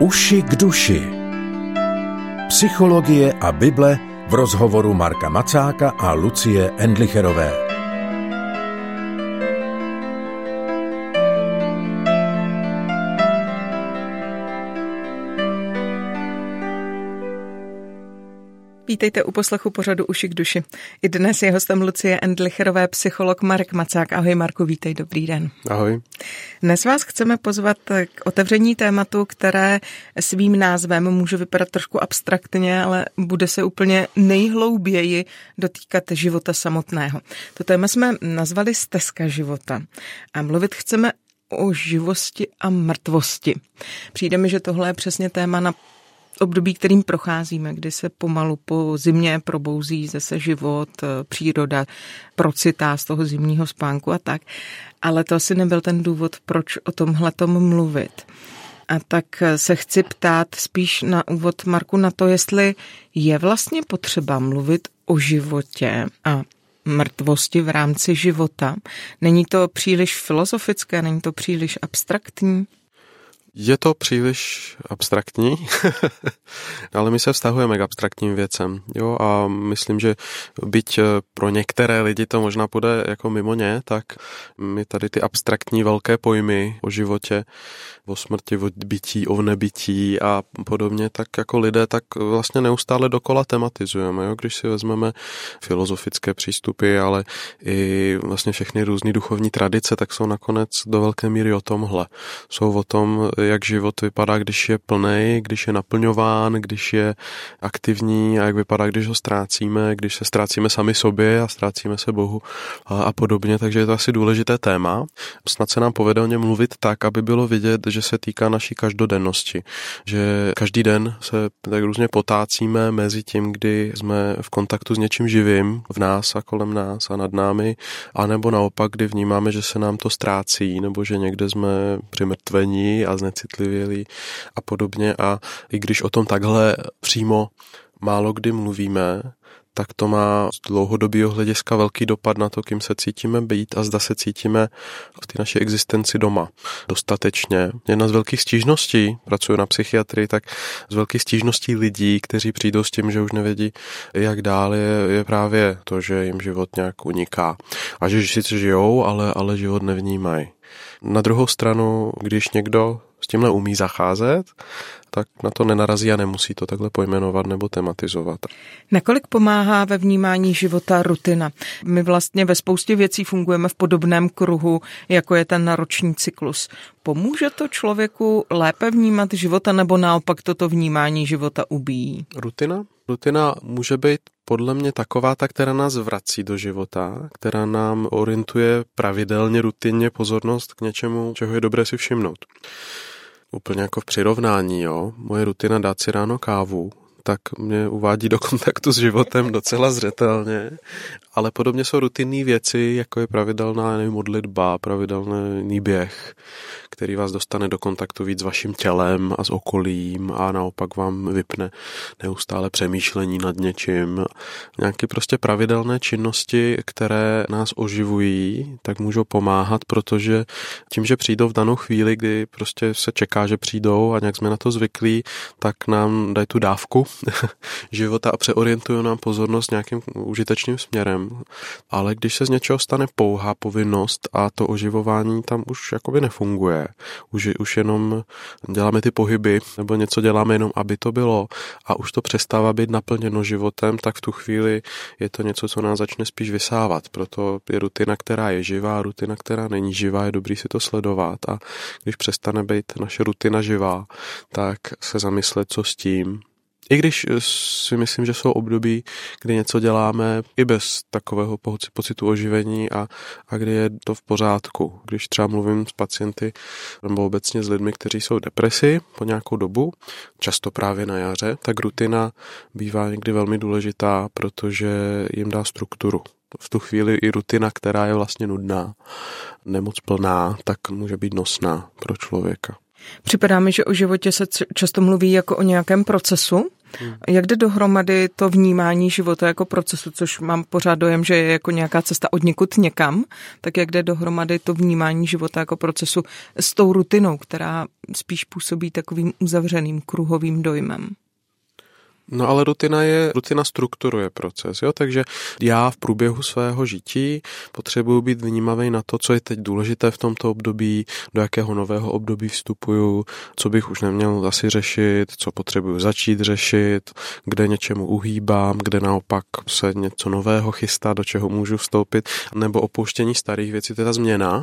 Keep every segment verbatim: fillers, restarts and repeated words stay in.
Uši k duši. Psychologie a Bible v rozhovoru Marka Macáka a Lucie Endlicherové. Vítejte u poslechu pořadu Uši k duši. I dnes je hostem Lucie Endlicherové psycholog Marek Macák. Ahoj Marku, vítej, dobrý den. Ahoj. Dnes vás chceme pozvat k otevření tématu, které svým názvem může vypadat trošku abstraktně, ale bude se úplně nejhlouběji dotýkat života samotného. To téma jsme nazvali Stezka života a mluvit chceme o živosti a mrtvosti. Přijde mi, že tohle je přesně téma na období, kterým procházíme, kdy se pomalu po zimě probouzí zase život, příroda procitá z toho zimního spánku a tak. Ale to asi nebyl ten důvod, proč o tomhletom mluvit. A tak se chci ptát spíš na úvod, Marku, na to, jestli je vlastně potřeba mluvit o životě a mrtvosti v rámci života. Není to příliš filozofické, není to příliš abstraktní? Je to příliš abstraktní, ale my se vztahujeme k abstraktním věcem. Jo? A myslím, že byť pro některé lidi to možná půjde jako mimo ně, tak my tady ty abstraktní velké pojmy o životě, o smrti, o bytí, o nebytí a podobně, tak jako lidé tak vlastně neustále dokola tematizujeme. Jo? Když si vezmeme filozofické přístupy, ale i vlastně všechny různé duchovní tradice, tak jsou nakonec do velké míry o tomhle. Jsou o tom, jak život vypadá, když je plnej, když je naplňován, když je aktivní a jak vypadá, když ho ztrácíme, když se ztrácíme sami sobě a ztrácíme se Bohu a, a podobně, takže je to asi důležité téma. Snad se nám povede o něm mluvit tak, aby bylo vidět, že se týká naší každodennosti, že každý den se tak různě potácíme mezi tím, kdy jsme v kontaktu s něčím živým v nás a kolem nás a nad námi, anebo naopak, kdy vnímáme, že se nám to ztrácí, nebo že někde jsme přimrtvení a znecitlivělí a podobně. A i když o tom takhle přímo málo kdy mluvíme, tak to má z dlouhodobého hlediska velký dopad na to, kým se cítíme být a zda se cítíme v té naší existenci doma dostatečně. Jedna z velkých stížností, pracuji na psychiatrii, tak z velkých stížností lidí, kteří přijdou s tím, že už nevědí, jak dál, je, je právě to, že jim život nějak uniká. A že sice žijou, ale, ale život nevnímají. Na druhou stranu, když někdo s tímhle umí zacházet, tak na to nenarazí a nemusí to takhle pojmenovat nebo tematizovat. Nakolik pomáhá ve vnímání života rutina? My vlastně ve spoustě věcí fungujeme v podobném kruhu, jako je ten roční cyklus. Pomůže to člověku lépe vnímat života nebo naopak toto vnímání života ubíjí? Rutina? Rutina může být podle mě taková ta, která nás vrací do života, která nám orientuje pravidelně, rutinně pozornost k něčemu, čeho je dobré si všimnout. Úplně jako v přirovnání, jo. Moje rutina dát si ráno kávu, tak mě uvádí do kontaktu s životem docela zřetelně, ale podobně jsou rutinní věci, jako je pravidelná nevím, modlitba, pravidelný běh, který vás dostane do kontaktu víc s vaším tělem a s okolím a naopak vám vypne neustále přemýšlení nad něčím. Nějaké prostě pravidelné činnosti, které nás oživují, tak můžou pomáhat, protože tím, že přijdou v danou chvíli, kdy prostě se čeká, že přijdou a nějak jsme na to zvyklí, tak nám dají tu dávku života a přeorientují nám pozornost nějakým užitečným směrem. Ale když se z něčeho stane pouhá povinnost a to oživování tam už jakoby nefunguje, už, už jenom děláme ty pohyby nebo něco děláme jenom, aby to bylo a už to přestává být naplněno životem, tak v tu chvíli je to něco, co nás začne spíš vysávat. Proto je rutina, která je živá, rutina, která není živá, je dobrý si to sledovat a když přestane být naše rutina živá, tak se zamyslet, co s tím. I když si myslím, že jsou období, kdy něco děláme i bez takového pocitu oživení a, a kdy je to v pořádku. Když třeba mluvím s pacienty nebo obecně s lidmi, kteří jsou v depresi po nějakou dobu, často právě na jaře, tak rutina bývá někdy velmi důležitá, protože jim dá strukturu. V tu chvíli i rutina, která je vlastně nudná, nemoc plná, tak může být nosná pro člověka. Připadá mi, že o životě se často mluví jako o nějakém procesu Hmm. Jak jde dohromady to vnímání života jako procesu, což mám pořád dojem, že je jako nějaká cesta od někud někam, tak jak jde dohromady to vnímání života jako procesu s tou rutinou, která spíš působí takovým uzavřeným kruhovým dojmem? No ale rutina je, rutina strukturuje proces, jo, takže já v průběhu svého žití potřebuji být vnímavý na to, co je teď důležité v tomto období, do jakého nového období vstupuju, co bych už neměl asi řešit, co potřebuju začít řešit, kde něčemu uhýbám, kde naopak se něco nového chystá, do čeho můžu vstoupit, nebo opouštění starých věcí, to je ta změna.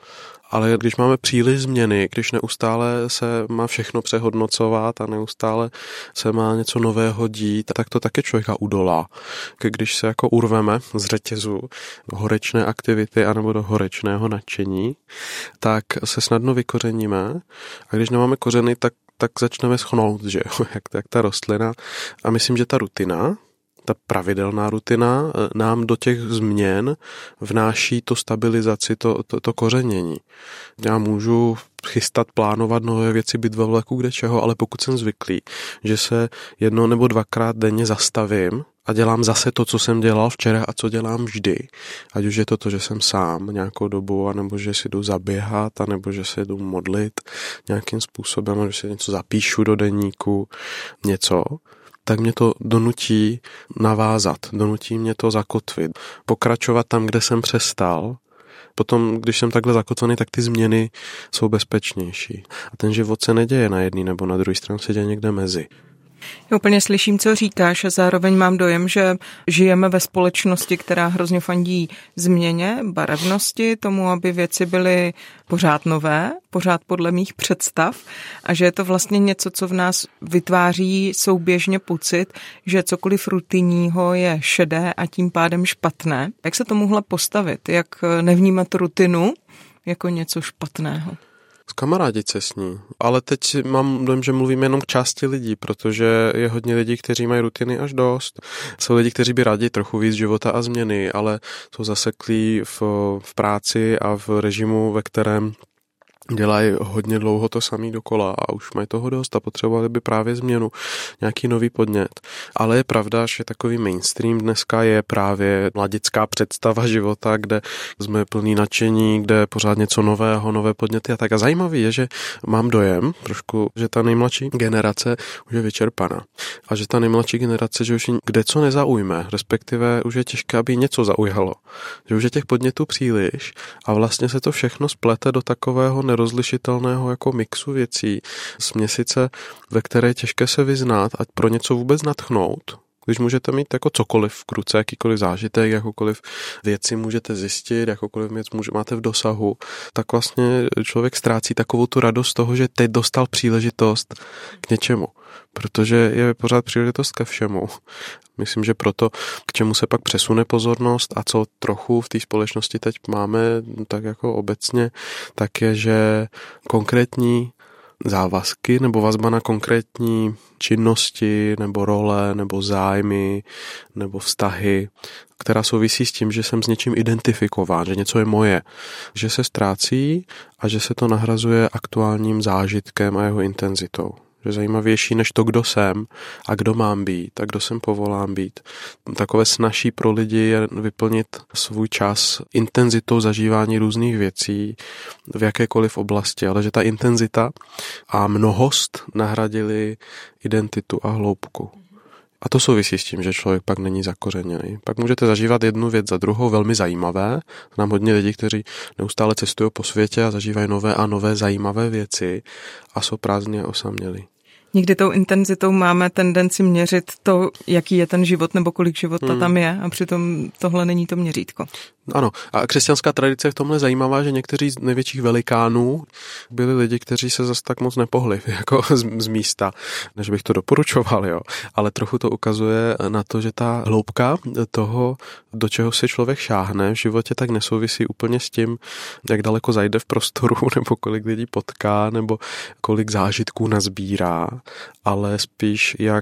Ale když máme příliš změny, když neustále se má všechno přehodnocovat a neustále se má něco nového dít, tak to taky člověka udolá. Když se jako urveme z řetězu do horečné aktivity anebo do horečného nadšení, tak se snadno vykořeníme a když nemáme kořeny, tak, tak začneme schnout, že jo, jak, jak ta rostlina. A myslím, že ta rutina, ta pravidelná rutina nám do těch změn vnáší to stabilizaci, to, to, to kořenění. Já můžu chystat, plánovat nové věci, být ve vleku kde čeho, ale pokud jsem zvyklý, že se jedno nebo dvakrát denně zastavím a dělám zase to, co jsem dělal včera a co dělám vždy, ať už je to to, že jsem sám nějakou dobu, anebo že si jdu zaběhat, anebo že se jdu modlit nějakým způsobem, že si něco zapíšu do deníku, něco, tak mě to donutí navázat, donutí mě to zakotvit, pokračovat tam, kde jsem přestal. Potom, když jsem takhle zakotvený, tak ty změny jsou bezpečnější. A ten život se neděje na jedné nebo na druhé straně, se děje někde mezi. Já úplně slyším, co říkáš a zároveň mám dojem, že žijeme ve společnosti, která hrozně fandí změně, barevnosti, tomu, aby věci byly pořád nové, pořád podle mých představ a že je to vlastně něco, co v nás vytváří souběžně pocit, že cokoliv rutinního je šedé a tím pádem špatné. Jak se tomuhle postavit? Jak nevnímat rutinu jako něco špatného? Kamarádit se s ní. Ale teď mám dojem, že mluvím jenom k části lidí, protože je hodně lidí, kteří mají rutiny až dost. Jsou lidi, kteří by rádi trochu víc života a změny, ale jsou zaseklí v, v práci a v režimu, ve kterém dělají hodně dlouho to samý dokola a už mají toho dost a potřebovali by právě změnu, nějaký nový podnět. Ale je pravda, že takový mainstream dneska je právě mladická představa života, kde jsme plný nadšení, kde je pořád něco nového, nové podněty a tak. A zajímavý je, že mám dojem trošku, že ta nejmladší generace už je vyčerpaná. A že ta nejmladší generace, že už kde co nezaujme, respektive už je těžké, aby něco zaujalo. Že už je těch podnětů příliš a vlastně se to všechno splete do takového rozlišitelného jako mixu věcí, směsice, ve které je těžké se vyznat a pro něco vůbec nadchnout. Když můžete mít jako cokoliv v kruce, jakýkoliv zážitek, jakoukoliv věci můžete zjistit, jakoukoliv věc může, máte v dosahu, tak vlastně člověk ztrácí takovou tu radost toho, že teď dostal příležitost k něčemu. Protože je pořád příležitost ke všemu. Myslím, že proto, k čemu se pak přesune pozornost a co trochu v té společnosti teď máme tak jako obecně, tak je, že konkrétní závazky nebo vazba na konkrétní činnosti nebo role nebo zájmy nebo vztahy, která souvisí s tím, že jsem s něčím identifikován, že něco je moje, že se ztrácí a že se to nahrazuje aktuálním zážitkem a jeho intenzitou. Že zajímavější než to, kdo jsem a kdo mám být a kdo jsem povolán být. Takové snazší pro lidi je vyplnit svůj čas intenzitou zažívání různých věcí v jakékoliv oblasti, ale že ta intenzita a mnohost nahradili identitu a hloubku. A to souvisí s tím, že člověk pak není zakořeněný. Pak můžete zažívat jednu věc za druhou, velmi zajímavé. Znám hodně lidí, kteří neustále cestují po světě a zažívají nové a nové zajímavé věci a jsou prázdně osamělí. Někdy tou intenzitou máme tendenci měřit to, jaký je ten život nebo kolik života hmm. tam je a přitom tohle není to měřítko. Ano, a křesťanská tradice je v tomhle zajímavá, že někteří z největších velikánů byli lidi, kteří se zase tak moc nepohli jako z, z místa, než bych to doporučoval, jo. Ale trochu to ukazuje na to, že ta hloubka toho, do čeho si člověk šáhne v životě, tak nesouvisí úplně s tím, jak daleko zajde v prostoru, nebo kolik lidí potká, nebo kolik zážitků nazbírá, ale spíš jak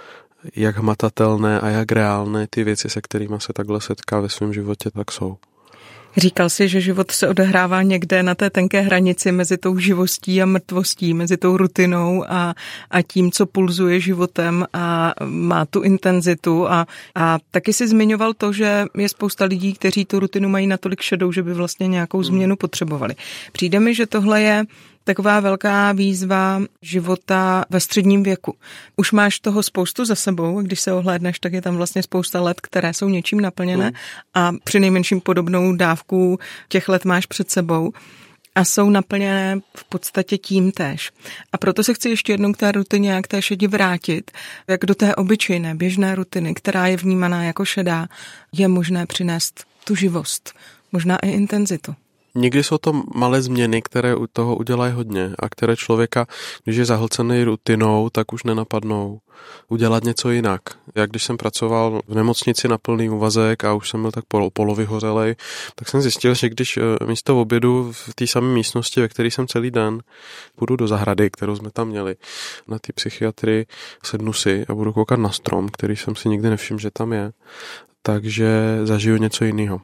jak hmatatelné a jak reálné ty věci, se kterými se takhle setká ve svém životě, tak jsou. Říkal jsi, že život se odehrává někde na té tenké hranici mezi tou živostí a mrtvostí, mezi tou rutinou a, a tím, co pulzuje životem a má tu intenzitu. A, a taky jsi zmiňoval to, že je spousta lidí, kteří tu rutinu mají natolik šedou, že by vlastně nějakou změnu potřebovali. Přijde mi, že tohle je taková velká výzva života ve středním věku. Už máš toho spoustu za sebou, když se ohlédneš, tak je tam vlastně spousta let, které jsou něčím naplněné mm. a přinejmenším podobnou dávku těch let máš před sebou a jsou naplněné v podstatě tím též. A proto se chci ještě jednou k té rutině a k té šedi vrátit, jak do té obyčejné, běžné rutiny, která je vnímaná jako šedá, je možné přinést tu živost, možná i intenzitu. Někdy jsou to malé změny, které u toho udělají hodně a které člověka, když je zahlcený rutinou, tak už nenapadnou udělat něco jinak. Jak když jsem pracoval v nemocnici na plný úvazek a už jsem byl tak pol, polovyhořelej, tak jsem zjistil, že když místo obědu v té samé místnosti, ve které jsem celý den, půjdu do zahrady, kterou jsme tam měli, na té psychiatrii, sednu si a budu koukat na strom, který jsem si nikdy nevšiml, že tam je, takže zažiju něco jiného.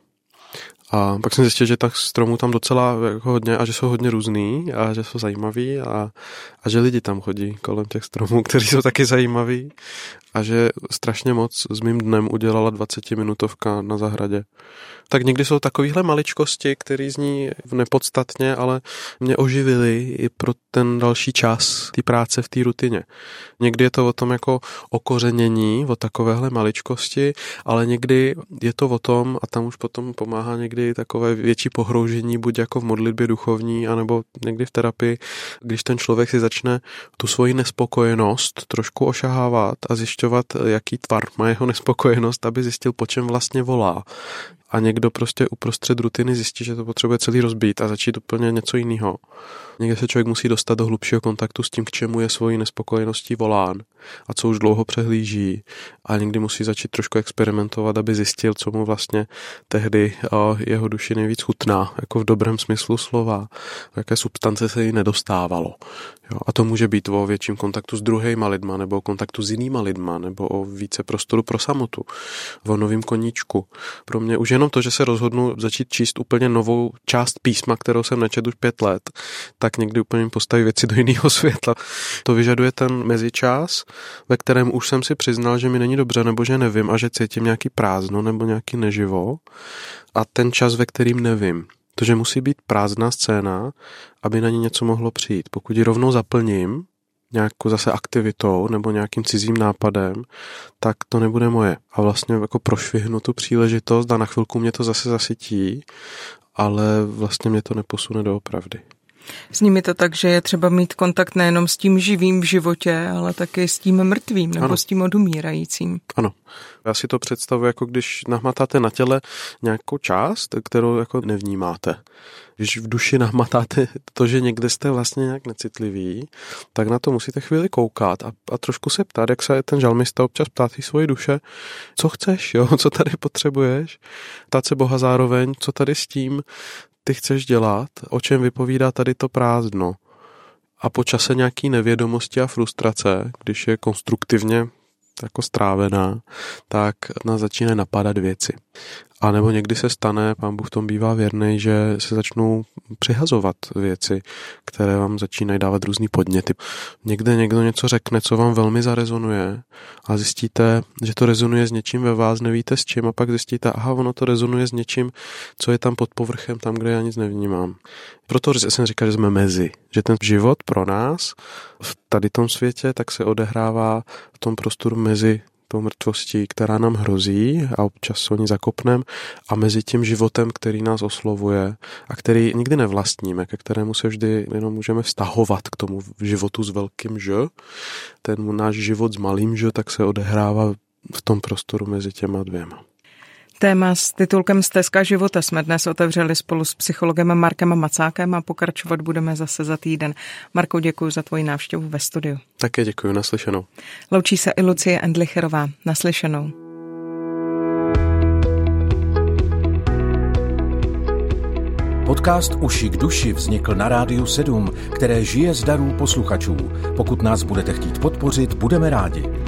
A pak jsem zjistil, že tak stromů tam docela jako hodně a že jsou hodně různý a že jsou zajímavý a, a že lidi tam chodí kolem těch stromů, kteří jsou taky zajímaví a že strašně moc s mým dnem udělala dvacetiminutovka na zahradě. Tak někdy jsou takovýhle maličkosti, které zní nepodstatně, ale mě oživily i pro ten další čas té práce v té rutině. Někdy je to o tom jako okořenění, o takovéhle maličkosti, ale někdy je to o tom, a tam už potom pomáhá někdy takové větší pohroužení, buď jako v modlitbě duchovní, anebo někdy v terapii, když ten člověk si začne tu svoji nespokojenost trošku ošahávat a zjišťovat, jaký tvar má jeho nespokojenost, aby zjistil, po čem vlastně volá. A někdo prostě uprostřed rutiny zjistí, že to potřebuje celý rozbít a začít úplně něco jiného. Někdy se člověk musí dostat do hlubšího kontaktu s tím, k čemu je svojí nespokojeností volán a co už dlouho přehlíží. A někdy musí začít trošku experimentovat, aby zjistil, co mu vlastně tehdy jeho duši nejvíc chutná, jako v dobrém smyslu slova, jaké substance se jí nedostávalo. Jo, a to může být o větším kontaktu s druhejma lidma, nebo o kontaktu s jinýma lidma, nebo o více prostoru pro samotu, o novým koníčku. Pro mě už jenom to, že se rozhodnu začít číst úplně novou část písma, kterou jsem nečetl už pět let, tak někdy úplně postaví věci do jiného světla. To vyžaduje ten mezičas, ve kterém už jsem si přiznal, že mi není dobře, nebo že nevím a že cítím nějaký prázdno nebo nějaký neživo. A ten čas, ve kterým nevím. To, že musí být prázdná scéna, aby na ní něco mohlo přijít. Pokud ji rovnou zaplním nějakou zase aktivitou nebo nějakým cizím nápadem, tak to nebude moje. A vlastně jako prošvihnu tu příležitost a na chvilku mě to zase zasytí, ale vlastně mě to neposune doopravdy. S nimi to tak, že je třeba mít kontakt nejenom s tím živým v životě, ale taky s tím mrtvým nebo ano. s tím odumírajícím. Ano. Já si to představuji, jako když nahmatáte na těle nějakou část, kterou jako nevnímáte. Když v duši nahmatáte to, že někde jste vlastně nějak necitliví, tak na to musíte chvíli koukat a, a trošku se ptát, jak se ten žalmista občas ptá té svoje duše, co chceš, jo? Co tady potřebuješ, ptát se Boha zároveň, co tady s tím ty chceš dělat, o čem vypovídá tady to prázdno. A po čase nějaký nevědomosti a frustrace, když je konstruktivně jako strávená, tak nás začínají napadat věci. A nebo někdy se stane, Pán Bůh v tom bývá věrný, že se začnou přihazovat věci, které vám začínají dávat různý podněty. Někde někdo něco řekne, co vám velmi zarezonuje a zjistíte, že to rezonuje s něčím ve vás, nevíte s čím a pak zjistíte, aha, ono to rezonuje s něčím, co je tam pod povrchem, tam, kde já nic nevnímám. Proto jsem říkal, že jsme mezi, že ten život pro nás v tady tom světě tak se odehrává v tom prostoru mezi tou mrtvostí, která nám hrozí a občas se o ní zakopneme a mezi tím životem, který nás oslovuje a který nikdy nevlastníme, ke kterému se vždy jenom můžeme vztahovat k tomu životu s velkým Ž. Ten náš život s malým Ž tak se odehrává v tom prostoru mezi těma dvěma. Téma s titulkem Stezka života jsme dnes otevřeli spolu s psychologem Markem Macákem a pokračovat budeme zase za týden. Marko, děkuji za tvoji návštěvu ve studiu. Také děkuji, naslyšenou. Loučí se i Lucie Endlicherová, naslyšenou. Podcast Uši k duši vznikl na Rádiu sedm, které žije z darů posluchačů. Pokud nás budete chtít podpořit, budeme rádi.